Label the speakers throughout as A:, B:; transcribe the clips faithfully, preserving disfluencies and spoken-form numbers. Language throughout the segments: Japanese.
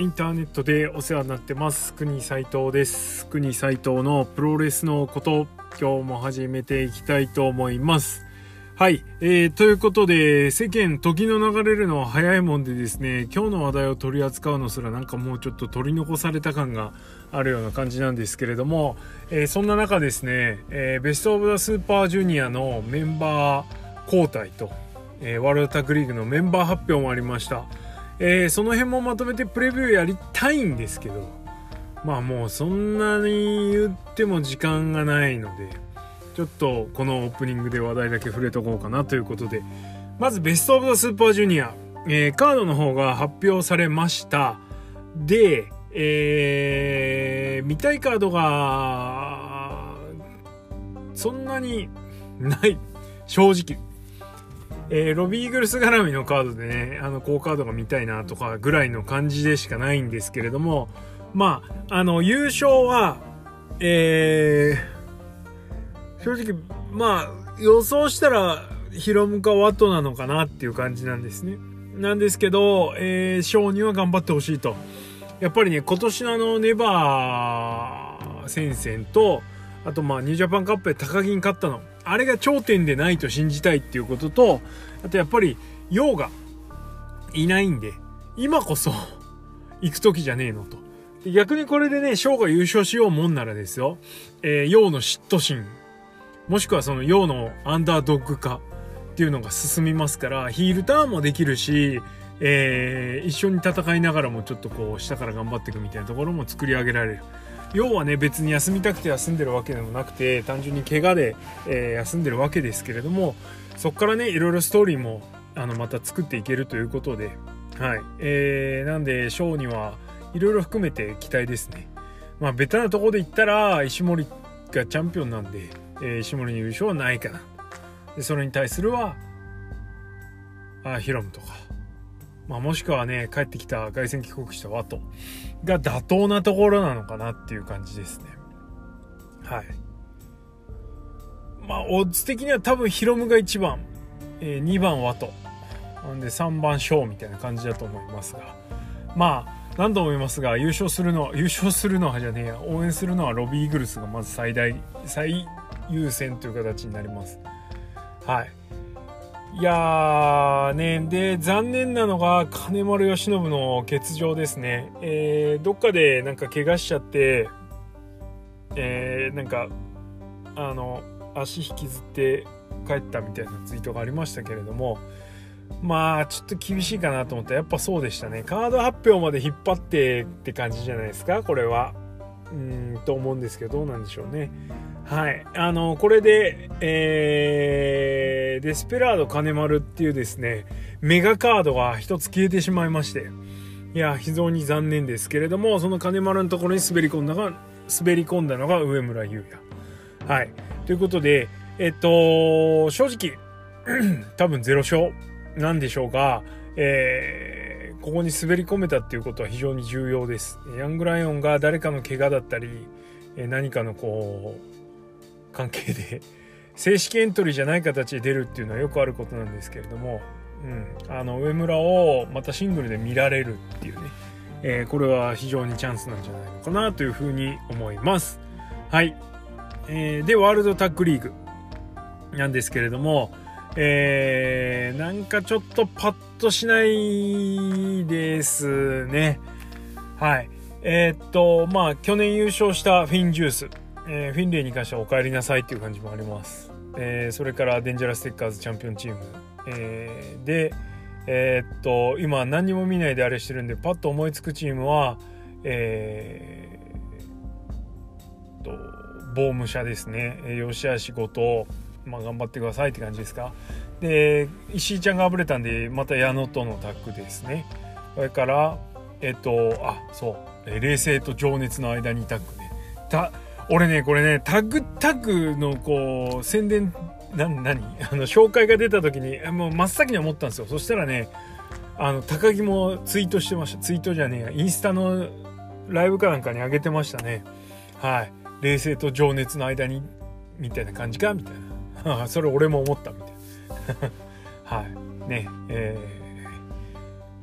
A: インターネットでお世話になってます国斉藤です。国斉藤のプロレスのこと、今日も始めていきたいと思います。はい、えー、ということで、世間時の流れるのは早いもんでですね、今日の話題を取り扱うのすらなんかもうちょっと取り残された感があるような感じなんですけれども、えー、そんな中ですね、えー、ベストオブザスーパージュニアのメンバー交代と、えー、ワールドタッグリーグのメンバー発表もありました。えー、その辺もまとめてプレビューやりたいんですけど、まあもうそんなに言っても時間がないので、ちょっとこのオープニングで話題だけ触れとこうかなということで、まずベストオブザスーパージュニア、えー、カードの方が発表されました。で、えー、見たいカードがそんなにない正直、えー、ロビーイーグルス絡みのカードでね、あの高カードが見たいなとかぐらいの感じでしかないんですけれども、まああの優勝はえー正直まあ予想したらヒロムかワトなのかなっていう感じなんですね。なんですけど、えー、ショーには頑張ってほしいと。やっぱりね、今年のあのネバー戦線と、あとまあニュージャパンカップで高木に勝ったの、あれが頂点でないと信じたいっていうことと、あとやっぱりヨウがいないんで、今こそ行く時じゃねえのと。逆にこれでね、ショーが優勝しようもんならですよ、えー、ヨウの嫉妬心、もしくはそのヨウのアンダードッグ化っていうのが進みますから、ヒールターンもできるし、えー、一緒に戦いながらもちょっとこう下から頑張っていくみたいなところも作り上げられる。ヨウはね、別に休みたくて休んでるわけでもなくて、単純に怪我で、えー、休んでるわけですけれども、そこからねいろいろストーリーもあのまた作っていけるということで、はい、えー、なんでショーにはいろいろ含めて期待ですね。まあベタなところで言ったら石森がチャンピオンなんで、えー、石森に優勝はないかな。でそれに対するはあヒロムとか、まあ、もしくはね帰ってきた凱旋帰国したワトが妥当なところなのかなっていう感じですね。はい。まあオッズ的には多分ヒロムがいちばん、えー、にばんワトなんでさんばんショーみたいな感じだと思いますが、まあ何度も言いますが、優勝するのは優勝するのはじゃねえや応援するのはロビーイーグルスがまず最大最優先という形になります。はい。いやーね、で残念なのが金丸義信の欠場ですね。えー、どっかでなんか怪我しちゃって、えー、なんかあの足引きずって帰ったみたいなツイートがありましたけれども、まあちょっと厳しいかなと思ったらやっぱそうでしたね。カード発表まで引っ張ってって感じじゃないですか、これは。うーんと思うんですけど、どうなんでしょうね。はい、あのこれで、えー、デスペラード金丸っていうですねメガカードが一つ消えてしまいまして、いや非常に残念ですけれども、その金丸のところに滑り込んだが滑り込んだのが上村優也。はい、ということで、えっと正直多分ゼロ勝なんでしょうが、えー、ここに滑り込めたっていうことは非常に重要です。ヤングライオンが誰かの怪我だったり何かのこう関係で正式エントリーじゃない形で出るっていうのはよくあることなんですけれども、うん、あの上村をまたシングルで見られるっていうね、えー、これは非常にチャンスなんじゃないのかなというふうに思います。はい、えー、でワールドタッグリーグなんですけれども、えー、なんかちょっとパッとしないですね。はい、えー、っとまあ去年優勝したフィンジュース、えー、フィンレイに関してはお帰りなさいっていう感じもあります。えー、それからデンジャラステッカーズチャンピオンチーム、えー、でえー、っと今何にも見ないであれしてるんでパッと思いつくチームはえー、とボーム社ですね。吉橋後藤、まあ頑張ってくださいって感じですか。で石井ちゃんがあぶれたんでまた矢野とのタッグですね。それからえっとあそう冷静と情熱の間にタッグね。た俺ねこれねタッグタッグのこう宣伝な何あの紹介が出た時にもう真っ先に思ったんですよ。そしたらねあの高木もツイートしてました。ツイートじゃねえやインスタのライブかなんかに上げてましたね。はい、冷静と情熱の間にみたいな感じかみたいなそれ俺も思ったみたいなはいねえ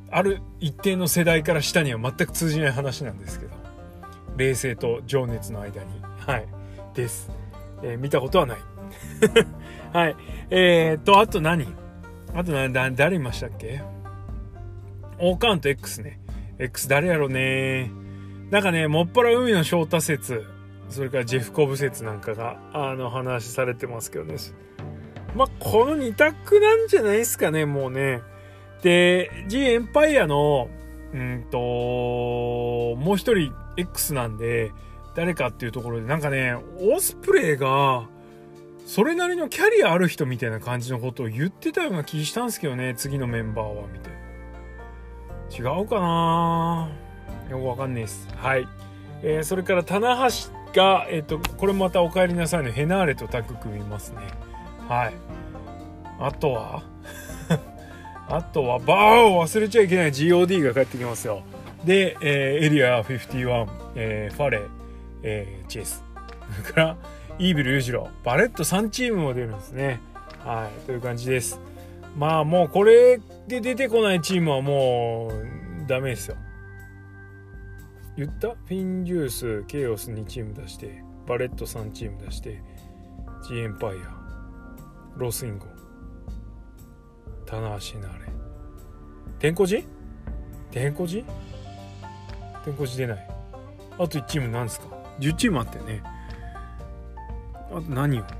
A: ある一定の世代から下には全く通じない話なんですけど、冷静と情熱の間に、はいです、えー、見たことはないはいえー、っとあと何あと何だ誰いましたっけ。オーカウント X ね。 X 誰やろね。なんかね、もっぱら海野翔太説、それからジェフコブ説なんかがあの話されてますけどね。まあこのに択なんじゃないですかね、もうね。で G エンパイアのうんともう一人 X なんで誰かっていうところで、なんかねオスプレイがそれなりのキャリアある人みたいな感じのことを言ってたような気したんですけどね、次のメンバーは見て。違うかな、よくわかんないです。はい、えー、それから棚橋が、えー、とこれまたお帰りなさいのヘナーレとタッグ組みますね。はい、あとはあとはバーを忘れちゃいけない ジーオーディー が帰ってきますよ。で、えー、エリアごじゅういち、えー、ファレ、えー、チェイス、それからイービル裕次郎、バレットさんチームも出るんですね。はい、という感じです。まあもうこれで出てこないチームはもうダメですよ。言った？フィンジュース、ケイオスにチーム出して、バレットさんチーム出して、G エンパイア、ロスインゴ、棚橋なれ、天候寺天候寺天候寺出ない。あといちチームなんですか。じゅうチームあってね。あと何を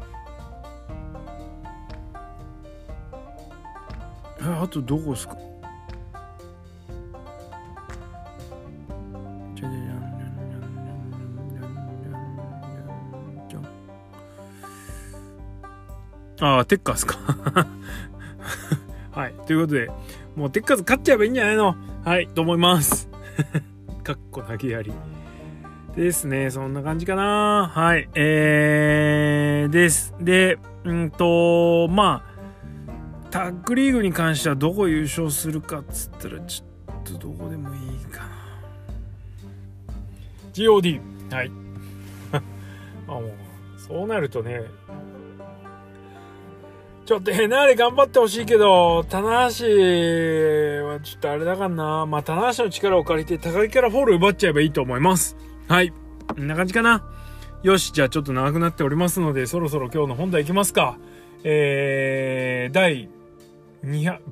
A: あとどこですか。ああテッカースかはい、ということでもうテッカーズ勝っちゃえばいいんじゃないの、はいと思いますかっこ投げやりですね。そんな感じかな。はいえー、ですでうんとまあタッグリーグに関してはどこ優勝するかっつったらちょっとどこでもいいかな。 ジーオーディー はいあもうそうなるとねちょっとヘナーレ頑張ってほしいけど、棚橋はちょっとあれだからな。まあ棚橋の力を借りて高木からフォール奪っちゃえばいいと思います。はい、こんな感じかな。よし、じゃあちょっと長くなっておりますのでそろそろ今日の本題いきますか。えー、第にひゃく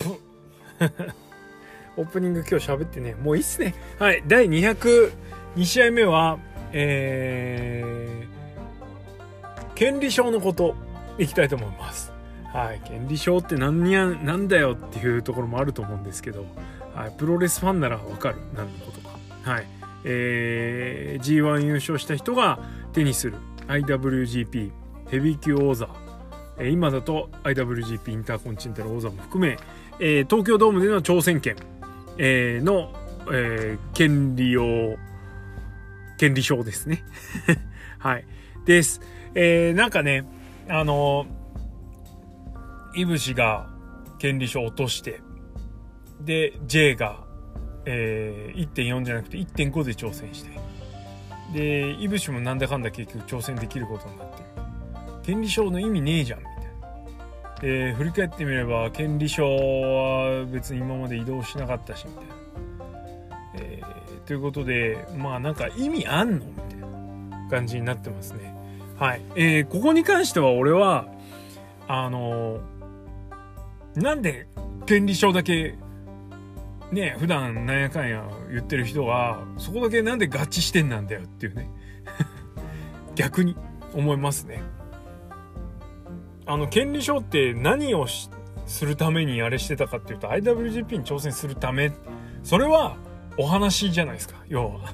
A: オープニング今日喋ってねもういいっすね。はい、だいにひゃくに試合目はえー、権利書のこといきたいと思います。はい、権利書って何やなんだよっていうところもあると思うんですけど、はい、プロレスファンならわかる何のことか。はい、えー、ジーワン 優勝した人が手にする アイダブリュージーピー ヘビー級王座、えー、今だと アイダブリュージーピー インターコンチネンタル王座も含め、えー、東京ドームでの挑戦権、えー、の、えー、権利を権利書ですねはいです、えー、なんかねあのイブシが権利書を落としてで J が、えー、いってんよん じゃなくて いってんご で挑戦してでイブシもなんだかんだ結局挑戦できることになってる。権利書の意味ねえじゃんみたいな。で振り返ってみれば権利書は別に今まで移動しなかったしみたいな、えー、ということでまあなんか意味あんのみたいな感じになってますね。はい、えー、ここに関しては俺はあのなんで権利書だけね普段なんやかんや言ってる人はそこだけなんで合致してんなんだよっていうね逆に思いますね。あの権利書って何をするためにあれしてたかっていうと アイダブリュージーピー に挑戦するため、それはお話じゃないですか要は。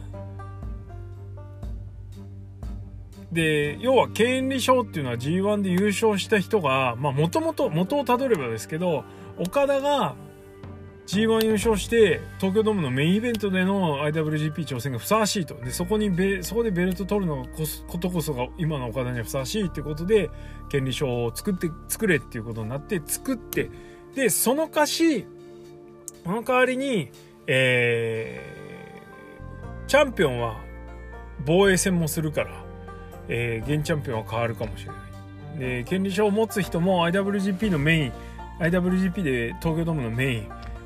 A: で要は権利書っていうのは ジーワン で優勝した人がまあもともと元をたどればですけど岡田が ジーワン 優勝して東京ドームのメインイベントでの アイダブリュージーピー 挑戦がふさわしいと。でそこにベそこでベルト取るのことこそが今の岡田にはふさわしいってことで権利書を作って作れっていうことになって作ってでそのかしその代わりに、えー、チャンピオンは防衛戦もするから、えー、現チャンピオンは変わるかもしれない。で権利書を持つ人も アイダブリュージーピー のメイン アイダブリュージーピー で東京ドームのメイン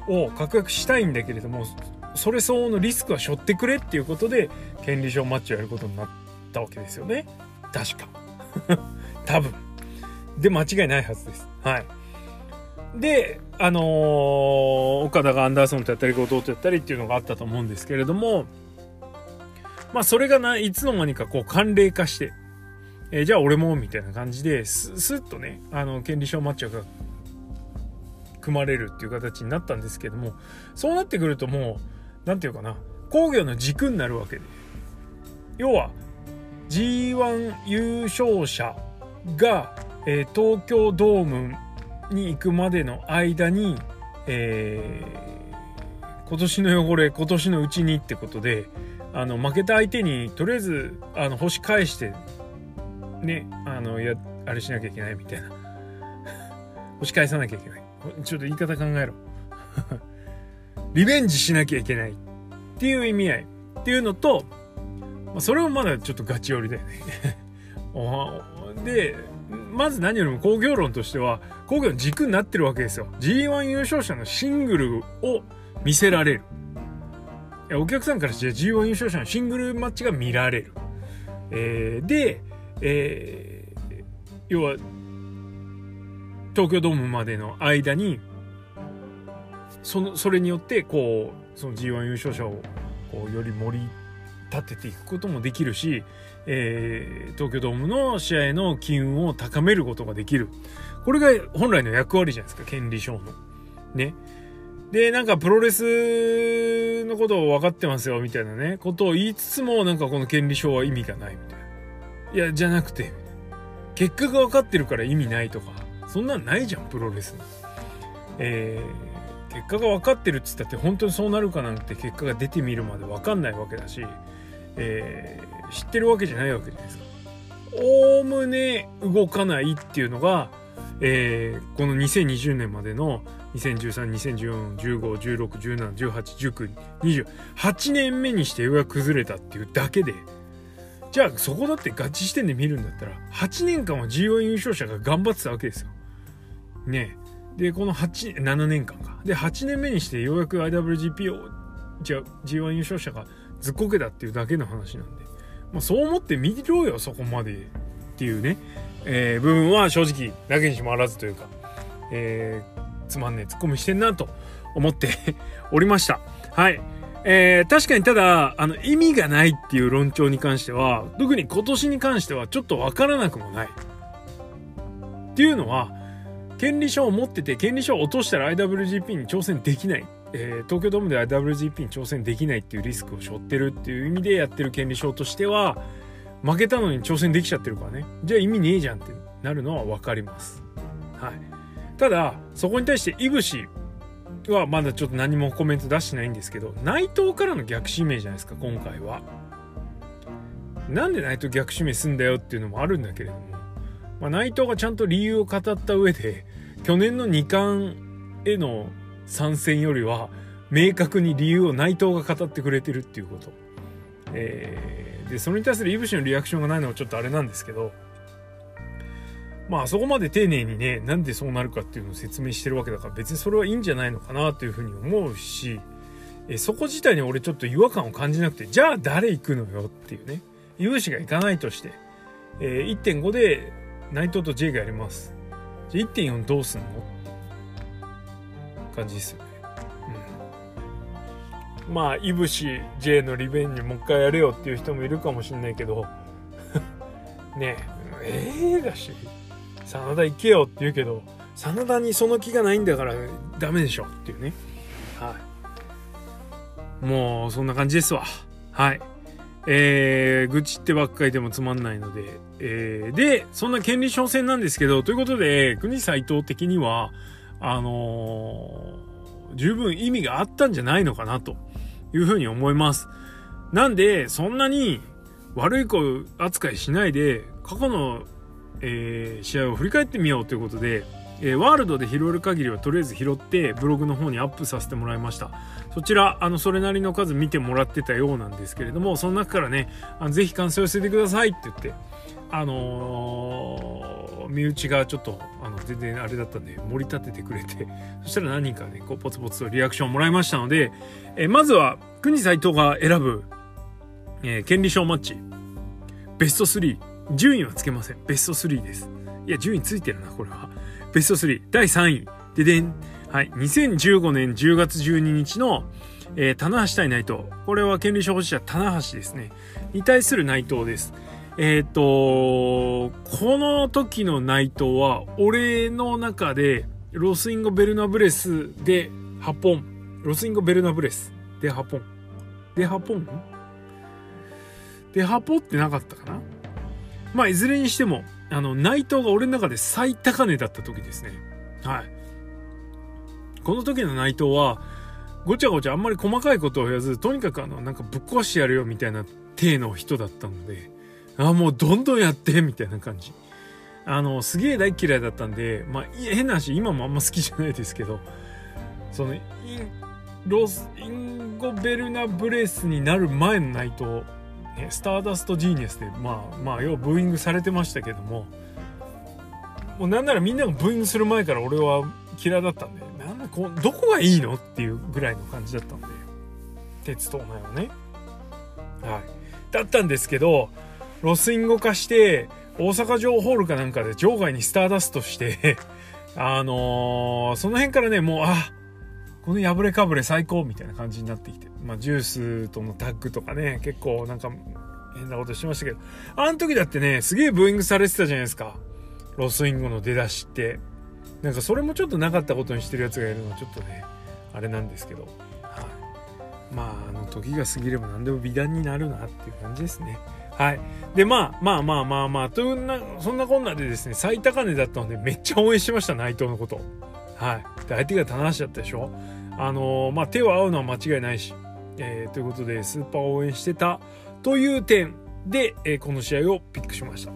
A: を確約したいんだけれども、それ相応のリスクは背負ってくれっていうことで権利書マッチをやることになったわけですよね、確か多分で間違いないはずです。はい。であのー、岡田がアンダーソンとやったり後藤とやったりっていうのがあったと思うんですけれども、まあそれがないつの間にかこう慣例化して、えー、じゃあ俺もみたいな感じですスッとねあの権利書マッチが組まれるっていう形になったんですけども、そうなってくるともうなんていうかな、工業の軸になるわけで、要は ジーワン 優勝者が、えー、東京ドームに行くまでの間に、えー、今年の汚れ今年のうちにってことで、あの負けた相手にとりあえずあの星返してね、あのやあれしなきゃいけないみたいな星返さなきゃいけない、ちょっと言い方考えろリベンジしなきゃいけないっていう意味合いっていうのと、それもまだちょっとガチ寄りだよねでまず何よりも工業論としては工業の軸になってるわけですよ。 ジーワン 優勝者のシングルを見せられる、いやお客さんからして ジーワン 優勝者のシングルマッチが見られる、えー、で、えー、要は東京ドームまでの間にそのそれによってこうその ジーワン 優勝者をこうより盛り立てていくこともできるし、えー、東京ドームの試合の機運を高めることができる。これが本来の役割じゃないですか、権利書のね。でなんかプロレスのことを分かってますよみたいなねことを言いつつも、なんかこの権利書は意味がないみたいな、いやじゃなくて結果が分かってるから意味ないとか、そんなんないじゃんプロレスに。えー、結果が分かってるっつったって本当にそうなるかなんて結果が出てみるまで分かんないわけだし、えー、知ってるわけじゃないわけじゃないですか。おおむね動かないっていうのが、えー、このにせんにじゅうねんまでのにせんじゅうさん、にせんじゅうよん、じゅうご、じゅうろく、じゅうなな、じゅうはち、じゅうきゅう、にじゅうはちねんめにしてようやく崩れたっていうだけで、じゃあそこだってガチ視点で見るんだったらはちねんかんは ジーワン 優勝者が頑張ってたわけですよね。でこのはち、ななねんかんかではちねんめにしてようやく アイダブリュージーピー をじゃあ ジーワン 優勝者がずっこけたっていうだけの話なんで、まあ、そう思って見ろよそこまでっていうね、えー、部分は正直なきにしもあらずというか、えー、つまんねえツッコミしてんなと思っておりました。はい、えー、確かにただあの意味がないっていう論調に関しては、特に今年に関してはちょっとわからなくもないっていうのは、権利書を持ってて権利書を落としたら アイダブリュージーピー に挑戦できない、えー、東京ドームで アイダブリュージーピー に挑戦できないっていうリスクを背負ってるっていう意味でやってる権利書としては、負けたのに挑戦できちゃってるからね、じゃあ意味ねえじゃんってなるのは分かります。はい、ただそこに対していぶしはまだちょっと何もコメント出してないんですけど、内藤からの逆指名じゃないですか今回は。なんで内藤逆指名すんだよっていうのもあるんだけれども、まあ、内藤がちゃんと理由を語った上で去年のに冠への参戦よりは明確に理由を内藤が語ってくれてるっていうこと、えー、でそれに対するいぶしのリアクションがないのはちょっとあれなんですけど、まあそこまで丁寧にねなんでそうなるかっていうのを説明してるわけだから、別にそれはいいんじゃないのかなというふうに思うし、えー、そこ自体に俺ちょっと違和感を感じなくて、じゃあ誰行くのよっていうね、いぶしが行かないとして、えー、いってんご で内藤と J がやります。じゃあ いってんよん どうすんのって感じですよね。うん、まあいぶし J のリベンジもう一回やれよっていう人もいるかもしれないけどねええー、だし真田行けよって言うけど、真田にその気がないんだからダメでしょっていうね。はい、もうそんな感じですわ。はい、えー、愚痴ってばっかりでもつまんないので、えー、でそんな権利商戦なんですけど、ということで国斉藤的にはあのー、十分意味があったんじゃないのかなというふうに思います。なんでそんなに悪い子扱いしないで過去の、えー、試合を振り返ってみようということで、えー、ワールドで拾える限りはとりあえず拾ってブログの方にアップさせてもらいました。そちらあのそれなりの数見てもらってたようなんですけれども、その中からねあのぜひ感想寄せてくださいって言ってあのー、身内がちょっとあの全然あれだったんで盛り立ててくれて、そしたら何人かねこうポツポツとリアクションをもらいましたので、えー、まずは国斉藤が選ぶ、えー、権利賞マッチベストスリー、順位はつけません。ベストスリーです。いや順位ついてるなこれは。ベストスリーだいさんいででん、はい、にせんじゅうごねんじゅうがつじゅうににちの、えー、棚橋対内藤、これは権利賞保持者棚橋ですねに対する内藤です。えっとこの時の内藤は俺の中でロスインゴベルナブレスではっぽん、ロスインゴベルナブレスではっぽんではっぽんではっぽってなかったかな。まあいずれにしてもあの内藤が俺の中で最高値だった時ですね。はい、この時の内藤はごちゃごちゃあんまり細かいことを言わず、とにかくあのなんかぶっ壊してやるよみたいな体の人だったので、あもうどんどんやってみたいな感じ。あのすげえ大嫌いだったんで、まあ変な話今もあんま好きじゃないですけど、そのインロスインゴベルナブレスになる前の内藤、ね、スターダストジーニアスでまあまあ要はブーイングされてましたけども、もうなんならみんながブーイングする前から俺は嫌いだったんで、なんだこどこがいいのっていうぐらいの感じだったんで、鉄塔内はね、はい、だったんですけど、ロスインゴ化して大阪城ホールかなんかで場外にスターダストしてあのー、その辺からねもうあこの破れかぶれ最高みたいな感じになってきて、まあジュースとのタッグとかね結構なんか変なことしてましたけど、あの時だってねすげえブーイングされてたじゃないですか、ロスインゴの出だしって。なんかそれもちょっとなかったことにしてるやつがいるのはちょっとねあれなんですけど、はい、まああの時が過ぎれば何でも美談になるなっていう感じですね。はい。でまあまあまあまあまあというなそんなこんなでですね最高値だったのでめっちゃ応援してました内藤のこと。はい。で相手が棚橋だったでしょ。あのー、まあ手を合うのは間違いないし、えー、ということでスーパー応援してたという点で、えー、この試合をピックしました。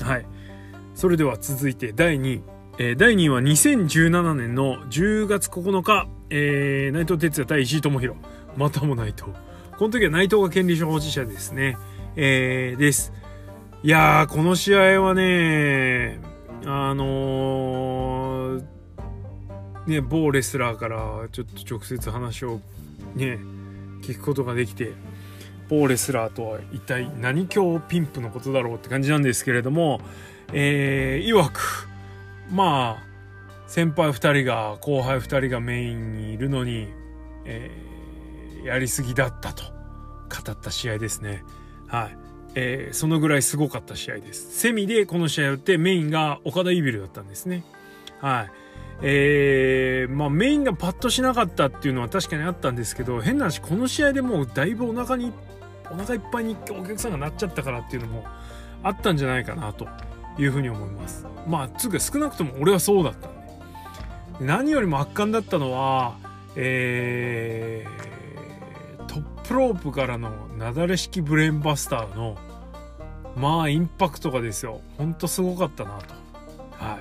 A: はい。それでは続いてだいにい。えー、だいにいはにせんじゅうななねんのじゅうがつここのか、えー、内藤哲也対石井智弘。またも内藤。この時は内藤が権利書保持者ですね。えー、です。いやー、この試合はね、あのー、ね、某レスラーからちょっと直接話をね、聞くことができて、某レスラーとは一体何教ピンプのことだろうって感じなんですけれども、えー、曰く、まあ先輩ふたりが後輩ふたりがメインにいるのに、えー、やりすぎだったと語った試合ですね。はい、えー、そのぐらいすごかった試合です。セミでこの試合を打ってメインが岡田イービルだったんですね。はい、えー、まあメインがパッとしなかったっていうのは確かにあったんですけど、変な話この試合でもうだいぶお腹にお腹いっぱいにお客さんがなっちゃったからっていうのもあったんじゃないかなというふうに思います。まあつうか少なくとも俺はそうだったんで、何よりも圧巻だったのは、えー、トップロープからのなだれ式ブレーンバスターのまあインパクトがですよ、ほんとすごかったなと。はい、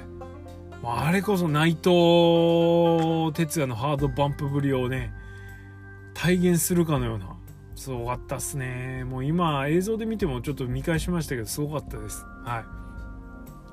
A: まあ、あれこそ内藤哲也のハードバンプぶりをね体現するかのような、すごかったっすね。もう今映像で見てもちょっと見返しましたけどすごかったです。はい、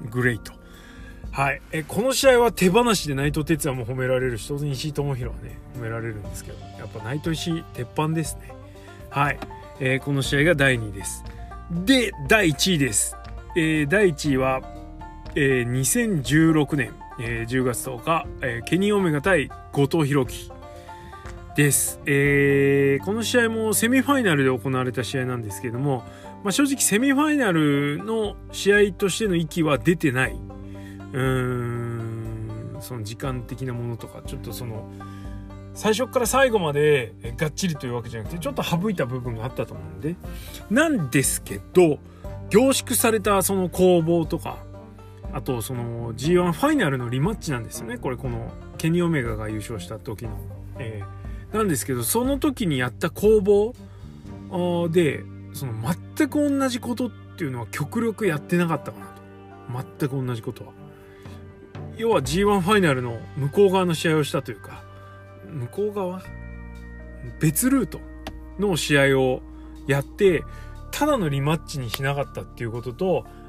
A: グレイト。はい、えこの試合は手放しで内藤哲也も褒められるし、当然石井智弘はね褒められるんですけど、やっぱ内藤石井鉄板ですね。はい、えー、この試合がだいにいです。でだいいちいです。えー、だいいちいは、えー、にせんじゅうろくねん、えー、じゅうがつとおか、えー、ケニー・オメガ対後藤弘樹です。えー、この試合もセミファイナルで行われた試合なんですけども、まあ、正直セミファイナルの試合としての域は出てない。うーん、その時間的なものとかちょっとその最初から最後までがっちりというわけじゃなくてちょっと省いた部分があったと思うんで、なんですけど凝縮されたその攻防とか、あとその ジーワン ファイナルのリマッチなんですよね。これこのケニー・オメガが優勝した時の、えー、なんですけど、その時にやった攻防でその全く同じことっていうのは極力やってなかったかなと。全く同じことは、要は ジーワン ファイナルの向こう側の試合をしたというか、向こう側別ルートの試合をやってただのリマッチにしなかったっていうことと、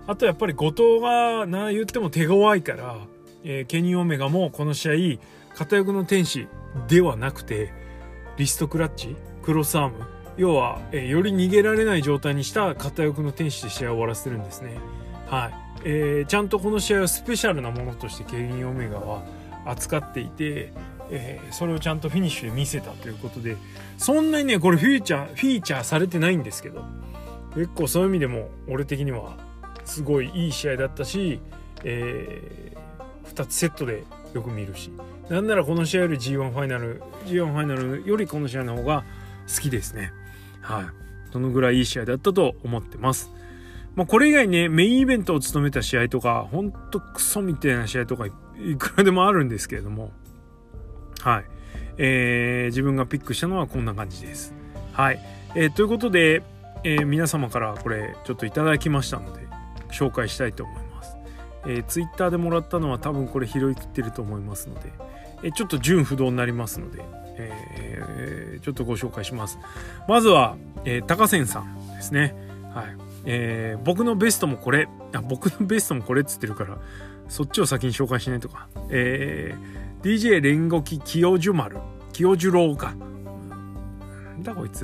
A: あとやっぱり後藤がな言っても手強いから、えー、ケニー・オメガもこの試合片翼の天使ではなくてリストクラッチクロスアーム、要は、えー、より逃げられない状態にした片翼の天使で試合を終わらせてるんですね。はい、えー、ちゃんとこの試合をスペシャルなものとしてケニー・オメガは扱っていて、えー、それをちゃんとフィニッシュで見せたということで、そんなにねこれフィーチャーフィーチャーされてないんですけど、結構そういう意味でも俺的にはすごいいい試合だったし、えー、ふたつセットでよく見るし、なんならこの試合より ジーワン ファイナル ジーワン ファイナルよりこの試合の方が好きですね。はい、そのぐらいいい試合だったと思ってます。まあ、これ以外ねメインイベントを務めた試合とかほんとクソみたいな試合とかいくらでもあるんですけれども、はい、えー、自分がピックしたのはこんな感じです。はい、えー、ということで、えー、皆様からこれちょっといただきましたので紹介したいと思います。えー、ツイッターでもらったのは多分これ拾い切ってると思いますので、えー、ちょっと順不動になりますので、えー、ちょっとご紹介します。まずは、えー、高仙さんですね。はい、えー、僕のベストもこれあ僕のベストもこれっつってるからそっちを先に紹介しないとか、えー、ディージェー 煉獄清寿丸清寿郎かなんだこいつ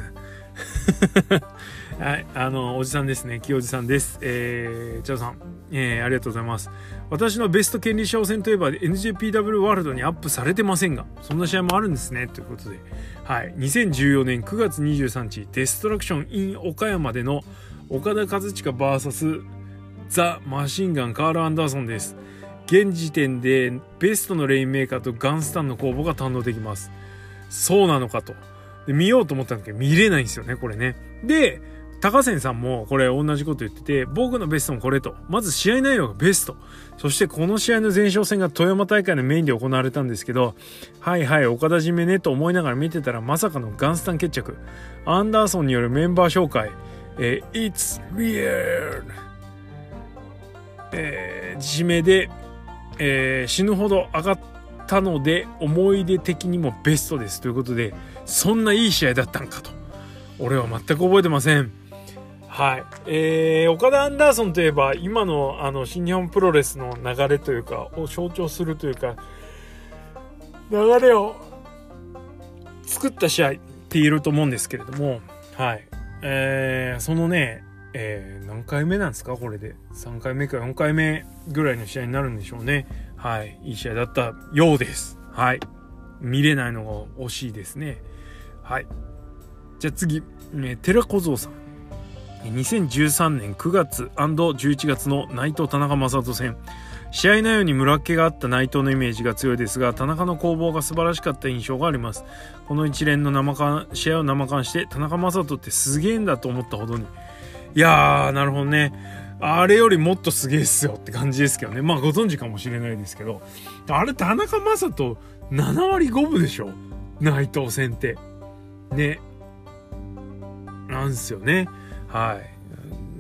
A: はい、あのおじさんですね、清おじさんです。えー、チャオさん、えー、ありがとうございます。私のベスト権利賞戦といえば エヌジェーピーダブリュー ワールドにアップされてませんが、そんな試合もあるんですねということで、はい、にせんじゅうよねんくがつにじゅうさんにちデストラクション in 岡山での岡田和親 ブイエス ザ・マシンガンカール・アンダーソンです。現時点でベストのレインメーカーとガンスタンの攻防が堪能できます。そうなのかと。で見ようと思ったんだけど見れないんですよねこれね。で高仙さんもこれ同じこと言ってて、僕のベストもこれと、まず試合内容がベスト、そしてこの試合の前哨戦が富山大会のメインで行われたんですけど、はいはい岡田締めねと思いながら見てたらまさかのガンスタン決着、アンダーソンによるメンバー紹介、えー、It's real、えー、締めで、えー、死ぬほど上がったので思い出的にもベストですということで、そんないい試合だったんかと俺は全く覚えてません。はい、えー、岡田アンダーソンといえば今のあの新日本プロレスの流れというかを象徴するというか流れを作った試合って言えると思うんですけれども、はい、えー、そのね、えー、何回目なんですかこれでさんかいめかよんかいめぐらいの試合になるんでしょうね。はい、いい試合だったようです。はい、見れないのが惜しいですね。はい、じゃあ次、ね、寺小僧さん、にせんじゅうさんねんくがつじゅういちがつの内藤田中正人戦、試合内容に村っ気があった内藤のイメージが強いですが、田中の攻防が素晴らしかった印象があります。この一連の生観試合を生観して田中正人ってすげえんだと思ったほどに、いやーなるほどね、あれよりもっとすげえっすよって感じですけどね。まあご存知かもしれないですけど、あれ田中正人ななわりごぶでしょ内藤戦ってね、なんですよね。はい。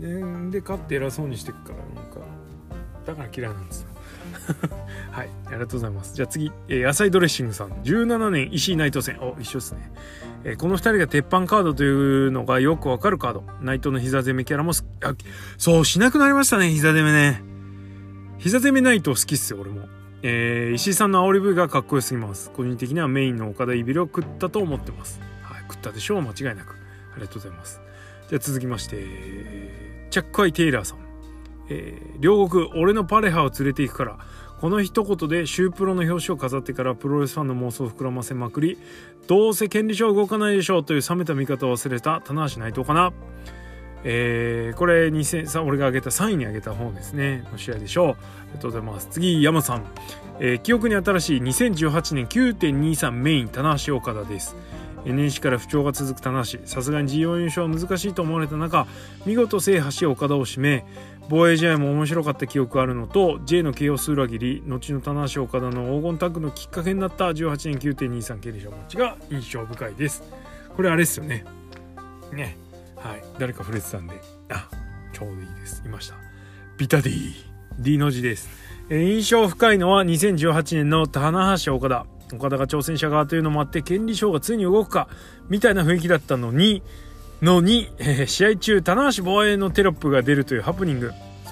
A: で勝って偉そうにしてくからなんかだから嫌いなんですよ。はい、ありがとうございます。じゃあ次、えー、野菜ドレッシングさん、じゅうななねん石井内藤戦、お一緒ですね。えー、このふたりが鉄板カードというのがよくわかるカード。内藤の膝攻めキャラもあそうしなくなりましたね。膝攻めね。膝攻め内藤好きっすよ俺も。えー、石井さんの煽り V がかっこよすぎます。個人的にはメインの岡田イビルを食ったと思ってます。はい、食ったでしょう間違いなく。ありがとうございます。じゃあ続きまして、チャックアイ・テイラーさん、えー、両国俺のパレハを連れて行くから、この一言でシュープロの表紙を飾ってからプロレスファンの妄想を膨らませまくり、どうせ権利書動かないでしょうという冷めた見方を忘れた棚橋内藤かな。えー、これにせんさ俺が挙げたさんいに挙げた方ですねの試合でしょう。ありがとうございます。次山さん、えー、記憶に新しいにせんじゅうはちねん きゅうてんにさん メイン棚橋岡田です。エヌエーシー から不調が続く棚橋、さすがに ジーワン 優勝は難しいと思われた中、見事制覇し岡田を締め、防衛試合も面白かった記憶があるのと J のケイオス裏切り、後の棚橋岡田の黄金タッグのきっかけになったじゅうはちねん きゅうてんにさん 経理賞マッチが印象深いです。これあれですよねね、はい、誰か触れてたんで、あ、ちょうどいいです。いました。ビタ D D の字です。えー、印象深いのはにせんじゅうはちねんの棚橋岡田、岡田が挑戦者側というのもあって権利賞がついに動くかみたいな雰囲気だったのにのに、えー、試合中棚橋防衛のテロップが出るというハプニング、そ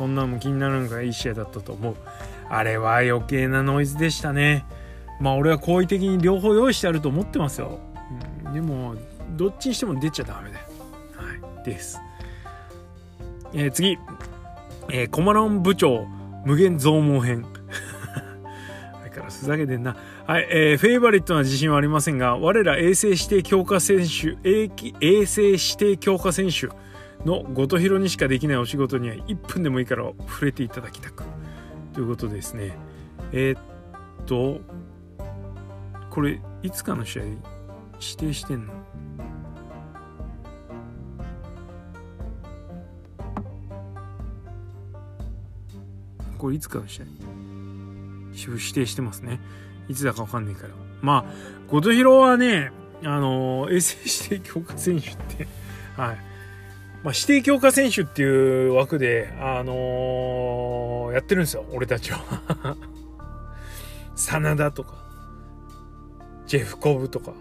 A: そんなのも気になるのがいい試合だったと思う。あれは余計なノイズでしたね。まあ俺は好意的に両方用意してあると思ってますよ、うん、でもどっちにしても出ちゃダメだよ。はいです、えー、次、えー、コマロン部長無限増毛編相からふざけてんな。はい、えー、フェイバリットな自信はありませんが、我ら衛星指定強化選手衛星指定強化選手のゴトヒロにしかできないお仕事にはいっぷんでもいいから触れていただきたくということですね。えー、っとこれいつかの試合指定してんの？これいつかの試合指定してますね。いつだか分かんないから。まあゴトヒロはね、あのー、衛星指定強化選手ってはい、まあ、指定強化選手っていう枠であのー、やってるんですよ俺たちは真田とかジェフコブとか、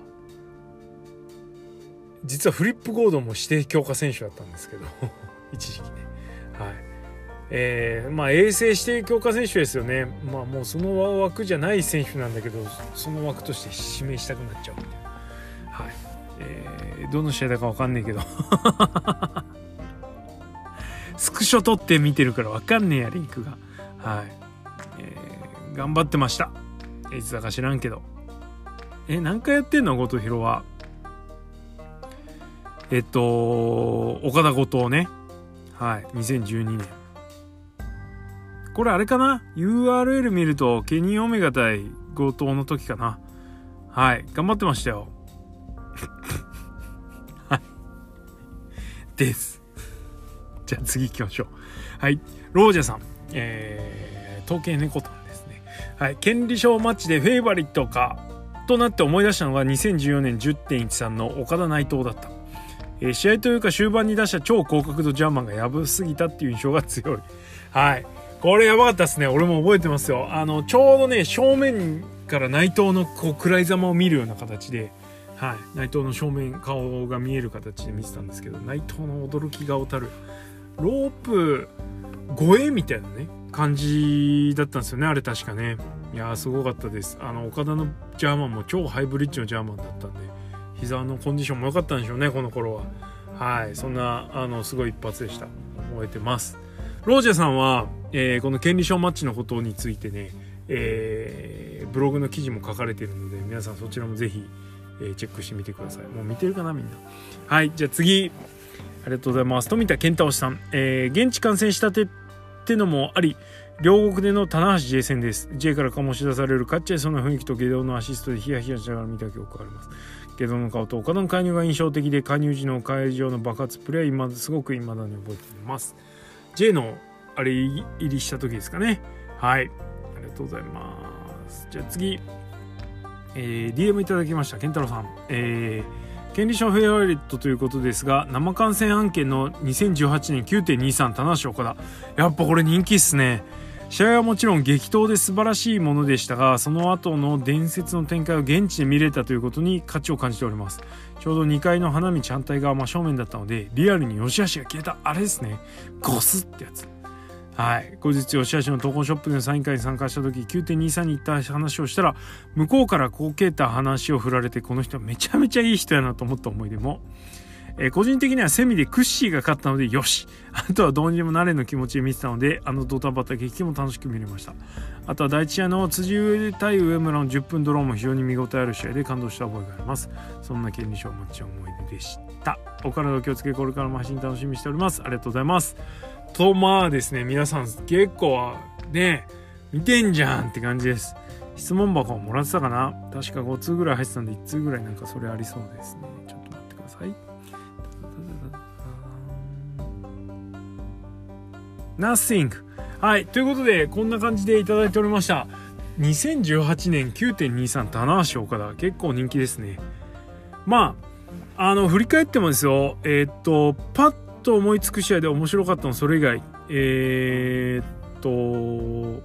A: 実はフリップゴードンも指定強化選手だったんですけど一時期ね。はい、えー、まあ衛星指定強化選手ですよね。まあもうその枠じゃない選手なんだけど、その枠として指名したくなっちゃうみたいな。はい、えー、どの試合だか分かんないけどスクショ撮って見てるから分かんねえやリンクが。はい、えー、頑張ってました。いつだか知らんけど。え何回やってんのゴトヒロは。えっと岡田後藤ね。はいにせんじゅうにねん。これあれかな、 ユーアールエル 見るとケニーオメガ対後藤の時かな。はい頑張ってましたよはいです。じゃあ次行きましょう。はい、ロージャさん、えー、統計猫タンですね。はい、権利賞マッチでフェイバリットかとなって思い出したのがにせんじゅうよねん じゅってんいちさん の岡田内藤だった。えー、試合というか終盤に出した超高角度ジャーマンがやぶすぎたっていう印象が強い。はい、これやばかったですね。俺も覚えてますよ。あのちょうどね正面から内藤のこう暗いざまを見るような形で、はい、内藤の正面顔が見える形で見てたんですけど、内藤の驚き顔たるロープ越えみたいなね感じだったんですよねあれ確かね。いやーすごかったです。あの岡田のジャーマンも超ハイブリッジのジャーマンだったんで、膝のコンディションも良かったんでしょうねこの頃は。はい、そんなあのすごい一発でした。覚えてます。ロージャさんは、えー、この権利賞マッチのことについてね、えー、ブログの記事も書かれているので皆さんそちらもぜひ、えー、チェックしてみてください。もう見てるかなみんな。はい、じゃあ次ありがとうございます。富田健太郎さん、えー、現地観戦したてってのもあり両国での棚橋 J 戦です。 J から醸し出される勝っちゃいそうな雰囲気と下道のアシストでヒヤヒヤしながら見た記憶があります。下道の顔と岡田の介入が印象的で、介入時の会場の爆発プレーは今すごく未だに覚えています。 J のあれ入りした時ですかね。はい、ありがとうございます。じゃあ次、えー、ディーエム いただきました健太郎さん、えー、権利賞フェイバリットということですが、生観戦案件のにせんじゅうはちねん きゅうてんにさん 棚橋岡田、やっぱこれ人気っすね。試合はもちろん激闘で素晴らしいものでしたが、その後の伝説の展開を現地で見れたということに価値を感じております。ちょうどにかいの花道反対側真正面だったので、リアルに吉橋が消えたあれですね、ゴスってやつ。はい、後日吉橋の投稿ショップでのサイン会に参加した時 きゅうてんにさん に行った話をしたら、向こうからこうけた話を振られて、この人はめちゃめちゃいい人やなと思った思い出も。えー、個人的にはセミでクッシーが勝ったのでよし、あとはどうにでもなれの気持ちで見てたので、あのドタバタ劇も楽しく見れました。あとは第一試合の辻上対上村のじゅっぷんドローも非常に見応えある試合で感動した覚えがあります。そんな権利賞マッチ思い出でした。お体お気をつけ、これからも配信楽しみにしております。ありがとうございます。とまあですね、皆さん結構ね見てんじゃんって感じです。質問箱をもらってたかな、確かご通ぐらい入ってたんでいち通ぐらいなんかそれありそうですね。ちょっと待ってください。Nothing。 はい、ということでこんな感じでいただいておりました。にせんじゅうはちねん きゅうてんにさん 棚橋岡田、結構人気ですね。まああの振り返ってもですよ、えー、っとパッと思いつく試合で面白かったのそれ以外、えー、っと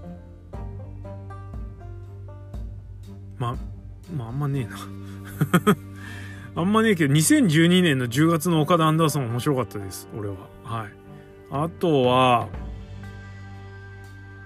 A: まあまああんまねえなあんまねえけどにせんじゅうにねんのじゅうがつの岡田アンダーソン面白かったです俺は。はい、あとは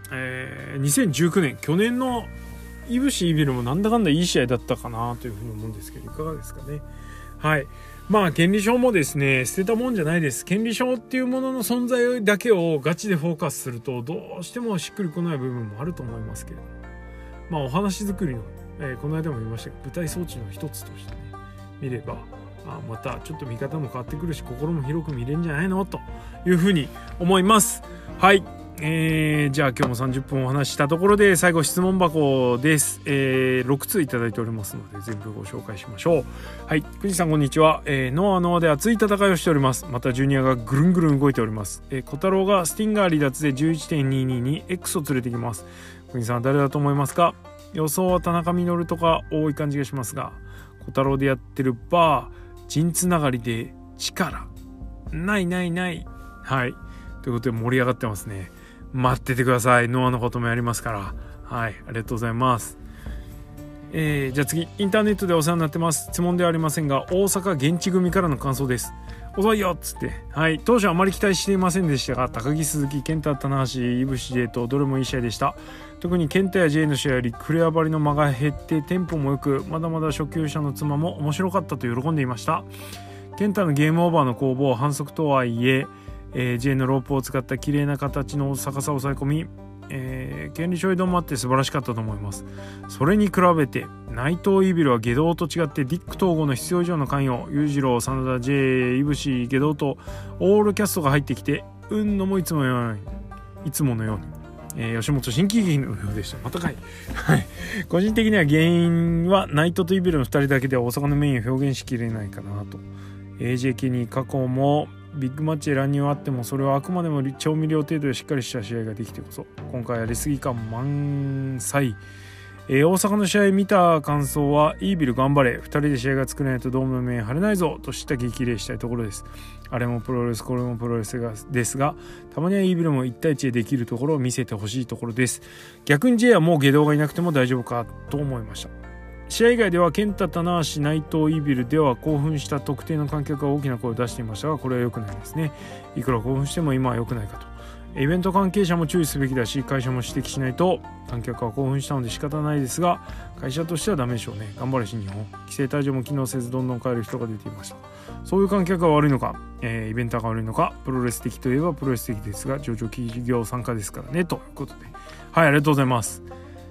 A: えー、にせんじゅうきゅうねん去年のイブシイービルもなんだかんだいい試合だったかなというふうに思うんですけど、いかがですかね。はい。まあ権利書もですね、捨てたもんじゃないです。権利書っていうものの存在だけをガチでフォーカスするとどうしてもしっくりこない部分もあると思いますけれども、まあお話作りの、えー、この間も言いましたが舞台装置の一つとしてね見れば、あまたちょっと見方も変わってくるし心も広く見れるんじゃないのというふうに思います。はい。えー、じゃあ今日もさんじゅっぷんお話ししたところで最後質問箱です、えー、ろくついただいておりますので全部ご紹介しましょう。はい、くにさんこんにちは、えー、ノアノアで熱い戦いをしております。またジュニアがぐるんぐるん動いております。えー、小太郎がスティンガー離脱で じゅういってんにじゅうに に X を連れてきます。くにさんは誰だと思いますか？予想は田中稔とか多い感じがしますが、小太郎でやってるバー陣つながりで力ないないない。はい、ということで盛り上がってますね。待っててください。ノアのこともやりますから。はい、ありがとうございます。えー、じゃあ次、インターネットでお世話になってます。質問ではありませんが、大阪現地組からの感想です。遅いよっつって。はい、当初あまり期待していませんでしたが、高木鈴木、健太、棚橋、井伏 J とどれもいい試合でした。特に健太や J の試合よりクレア張りの間が減ってテンポも良く、まだまだ初級者の妻も面白かったと喜んでいました。健太のゲームオーバーの攻防、反則とはいえ、えー、J のロープを使った綺麗な形の逆さを抑え込み、えー、権利処理度もあって素晴らしかったと思います。それに比べて内藤イービルは下道と違ってディック統合の必要以上の関与、裕次郎、真田、J、井伏、下道とオールキャストが入ってきて運のもいつものようにいつものように、えー、吉本新喜劇のようでした。またかいはい個人的には原因は内藤とイービルのふたりだけでは大阪のメインを表現しきれないかなと。 エージェー 系に過去もビッグマッチで乱入あってもそれはあくまでも調味料程度でしっかりした試合ができてこそ、今回やりすぎ感満載。えー、大阪の試合見た感想はイービル頑張れ、ふたりで試合が作れないとドームの面張れないぞとした激励したいところです。あれもプロレスこれもプロレスがですが、たまにはイービルもいち対いちでできるところを見せてほしいところです。逆に J はもう下道がいなくても大丈夫かと思いました。試合以外では健太、棚橋、内藤、イービルでは興奮した特定の観客が大きな声を出していましたが、これは良くないですね。いくら興奮しても今は良くないかと。イベント関係者も注意すべきだし、会社も指摘しないと。観客は興奮したので仕方ないですが、会社としてはダメでしょうね。頑張れ新日本。規制退場も機能せずどんどん帰る人が出ていました。そういう観客が悪いのか、えー、イベンターが悪いのか、プロレス的といえばプロレス的ですが、上場企業参加ですからね、ということで。はい、ありがとうございます。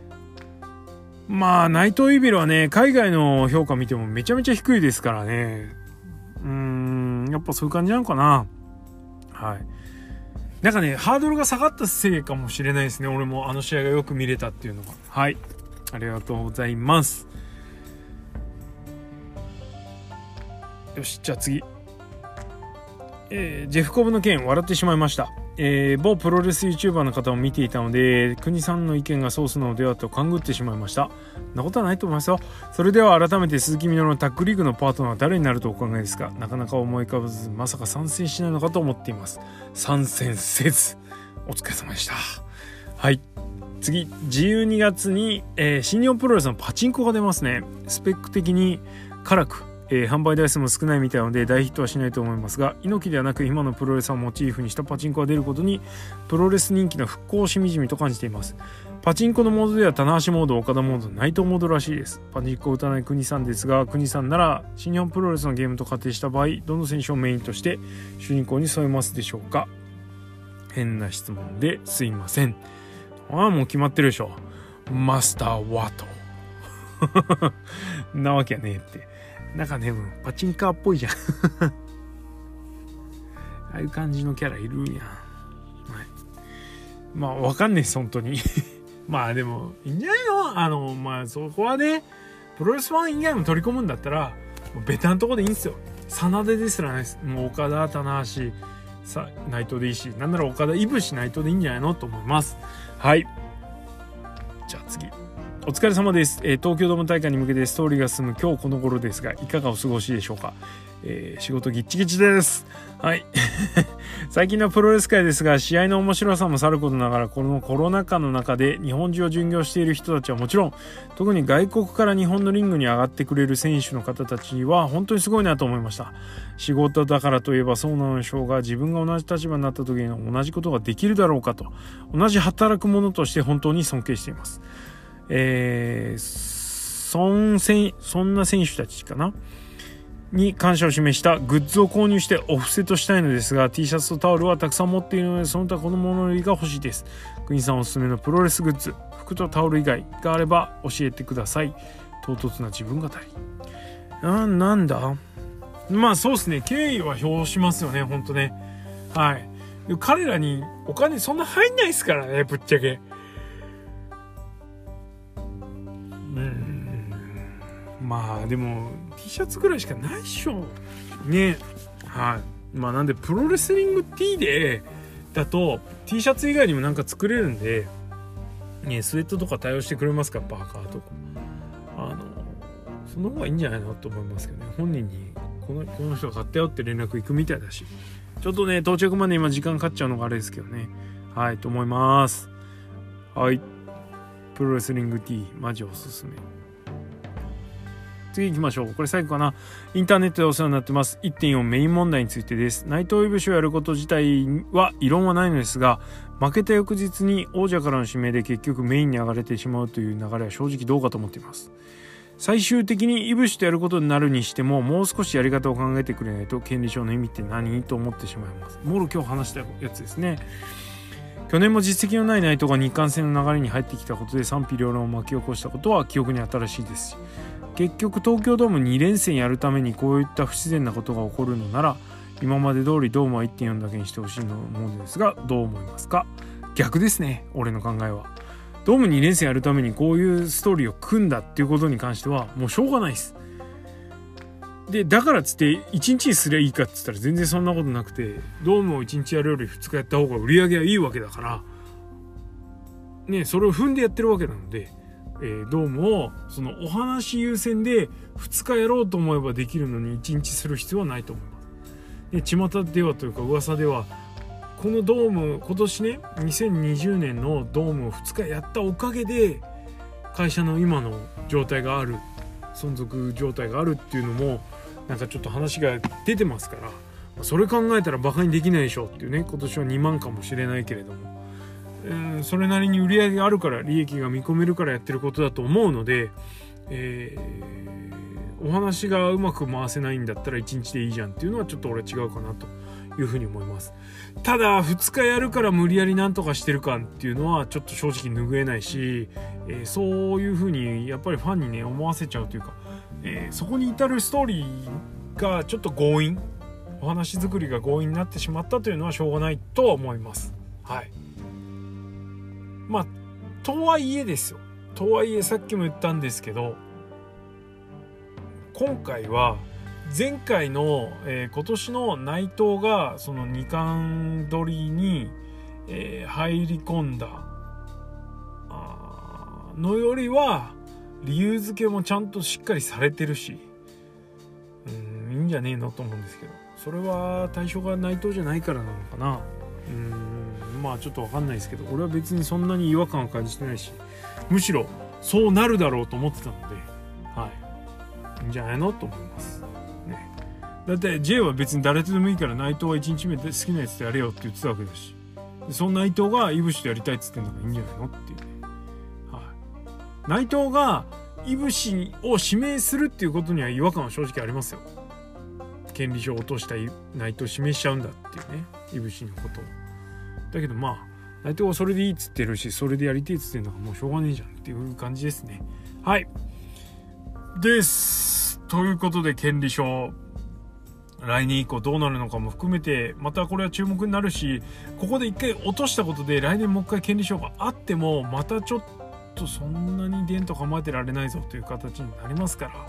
A: まあ内藤イービルはね、海外の評価見てもめちゃめちゃ低いですからね。うーん、やっぱそういう感じなのかな。はい。なんかね、ハードルが下がったせいかもしれないですね。俺もあの試合がよく見れたっていうのが。はい。ありがとうございます。よし、じゃあ次。えー、ジェフコブの件笑ってしまいました。えー、某プロレス YouTuber の方を見ていたので、国さんの意見がソースなのではと勘ぐってしまいました。そんなことはないと思いますよ。それでは改めて鈴木みのるのタッグリーグのパートナーは誰になるとお考えですか？なかなか思い浮かばず、まさか参戦しないのかと思っています。参戦せずお疲れ様でした。はい、次、じゅうにがつに、えー、新日本プロレスのパチンコが出ますね。スペック的に辛く、えー、販売台数も少ないみたいなので大ヒットはしないと思いますが、猪木ではなく今のプロレスをモチーフにしたパチンコが出ることにプロレス人気の復興をしみじみと感じています。パチンコのモードでは棚橋モード、岡田モード、内藤モードらしいです。パチンコを打たない国さんですが、国さんなら新日本プロレスのゲームと仮定した場合、どの選手をメインとして主人公に添えますでしょうか？変な質問ですいません。ああ、もう決まってるでしょ。マスターワトなわけやねえって。なんかね、パチンカーっぽいじゃんああいう感じのキャラいるやん、はい、まあわかんないです本当にまあでもいいんじゃないの。あのまあそこはね、プロレスファン以外も取り込むんだったらもうベタなとこでいいんですよ。真田ですらないです。もう岡田、棚橋、さ内藤でいいし、なんなら岡田、いぶし、内藤でいいんじゃないのと思います。はい、 じゃあ次、お疲れ様です、えー、東京ドーム大会に向けてストーリーが進む今日この頃ですが、いかがお過ごしでしょうか。えー、仕事ギッチギチです。はい最近のプロレス界ですが、試合の面白さもさることながら、このコロナ禍の中で日本中を巡業している人たちはもちろん、特に外国から日本のリングに上がってくれる選手の方たちは本当にすごいなと思いました。仕事だからといえばそうなのでしょうが、自分が同じ立場になった時に同じことができるだろうかと、同じ働く者として本当に尊敬しています。えー、そんせんそんな選手たちかなに感謝を示したグッズを購入してお布施としたいのですが、 T シャツとタオルはたくさん持っているので、その他このもの類が欲しいです。クイーンさんおすすめのプロレスグッズ、服とタオル以外があれば教えてください。唐突な自分語り。あ、なんだ、まあそうですね、敬意は表しますよね、ほんとね。はい、彼らにお金そんな入んないですからね、ぶっちゃけ。うん、まあでも T シャツぐらいしかないっしょね。はい、まあなんでプロレスリング T でだと T シャツ以外にもなんか作れるんで、ね、スウェットとか対応してくれますから、パーカーとか、あのその方がいいんじゃないのと思いますけどね。本人にこのこの人が買ったよって連絡行くみたいだし、ちょっとね到着まで今時間かかっちゃうのがあれですけどね。はいと思います。はい、プロレスリング T マジおすすめ。次行きましょう。これ最後かな。インターネットでお世話になってます。 いってんよん メイン問題についてです。内藤いぶしをやること自体は異論はないのですが、負けた翌日に王者からの指名で結局メインに上がれてしまうという流れは正直どうかと思っています。最終的にいぶしとやることになるにしても、もう少しやり方を考えてくれないと権利書の意味って何と思ってしまいます。もろ今日話したやつですね。去年も実績のない内藤が日韓戦の流れに入ってきたことで賛否両論を巻き起こしたことは記憶に新しいですし、結局東京ドームに連戦やるためにこういった不自然なことが起こるのなら、今まで通りドームは いってんよん だけにしてほしいと思うのですが、どう思いますか。逆ですね、俺の考えは。ドームに連戦やるためにこういうストーリーを組んだっていうことに関してはもうしょうがないです。でだからっつっていちにちにすりゃいいかっつったら全然そんなことなくて、ドームをいちにちやるよりふつかやった方が売り上げはいいわけだからね、それを踏んでやってるわけなので、えー、ドームをそのお話優先でふつかやろうと思えばできるのにいちにちする必要はないと思います。で巷ではというか噂では、このドーム今年ねにせんにじゅうねんのドームをふつかやったおかげで会社の今の状態がある、存続状態があるっていうのもなんかちょっと話が出てますから、それ考えたらバカにできないでしょっていうね。今年はにまんかもしれないけれども、うん、それなりに売り上げがあるから利益が見込めるからやってることだと思うので、えー、お話がうまく回せないんだったらいちにちでいいじゃんっていうのはちょっと俺は違うかなというふうに思います。ただふつかやるから無理やりなんとかしてる感っていうのはちょっと正直拭えないし、えー、そういうふうにやっぱりファンにね思わせちゃうというか、えー、そこに至るストーリーがちょっと強引、お話作りが強引になってしまったというのはしょうがないとは思います。はい、まあとはいえですよ、とはいえさっきも言ったんですけど、今回は前回の、えー、今年の内藤がそのに冠取りに、えー、入り込んだのよりは理由付けもちゃんとしっかりされてるし、うんいいんじゃねえのと思うんですけど、それは対象が内藤じゃないからなのかな。うんまあちょっと分かんないですけど、俺は別にそんなに違和感を感じてないし、むしろそうなるだろうと思ってたので、はいいいんじゃないのと思いますね。だって J は別に誰とでもいいから内藤はいちにちめで好きなやつでやれよって言ってたわけだし、その内藤がいぶしとやりたいっつってんのがいいんじゃないのっていうね。はい、内藤がいぶしを指名するっていうことには違和感は正直ありますよ。権利書を落とした内藤指名しちゃうんだっていうね、いぶしのことを。だけどまあ内藤はそれでいいっつってるし、それでやりてえっつってんのがもうしょうがねえじゃんっていう感じですね。はいですということで、権利書来年以降どうなるのかも含めてまたこれは注目になるし、ここで一回落としたことで来年もう一回権利書があってもまたちょっとそんなにデンと構えてられないぞという形になりますから、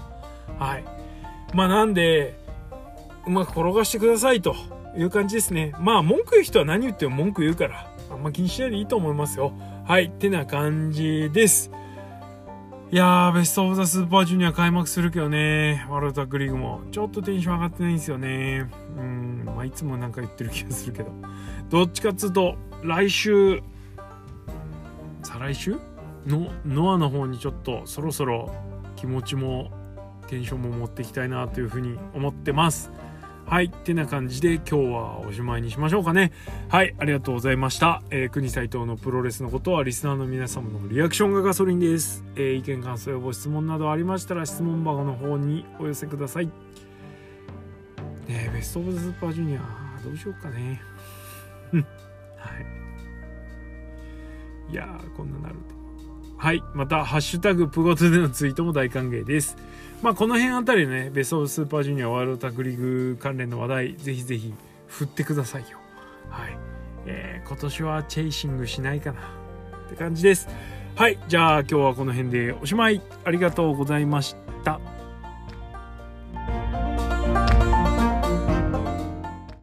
A: はいまあなんでうまく転がしてくださいという感じですね。まあ文句言う人は何言っても文句言うからあんま気にしないでいいと思いますよ。 はい、てな感じです。いやー、ベストオブザスーパージュニア開幕するけどね、ワールドタッグリーグもちょっとテンション上がってないんですよね。うん、まあいつもなんか言ってる気がするけど、どっちかっつうと来週、再来週のノアの方にちょっとそろそろ気持ちもテンションも持っていきたいなというふうに思ってます。はい、ってな感じで今日はおしまいにしましょうかね。はい、ありがとうございました。えー、国斉藤のプロレスのことはリスナーの皆様のリアクションがガソリンです。えー、意見感想やご質問などありましたら質問箱の方にお寄せください。ねえ、ベストオブザスーパージュニアどうしようかね。はい。いやー、こんななると。はい、またハッシュタグプゴトでのツイートも大歓迎です。まあこの辺あたりでね、ベストオブスーパージュニアワールドタッグリーグ関連の話題ぜひぜひ振ってくださいよ。はい、えー、今年はチェイシングしないかなって感じです。はい、じゃあ今日はこの辺でおしまい。ありがとうございました。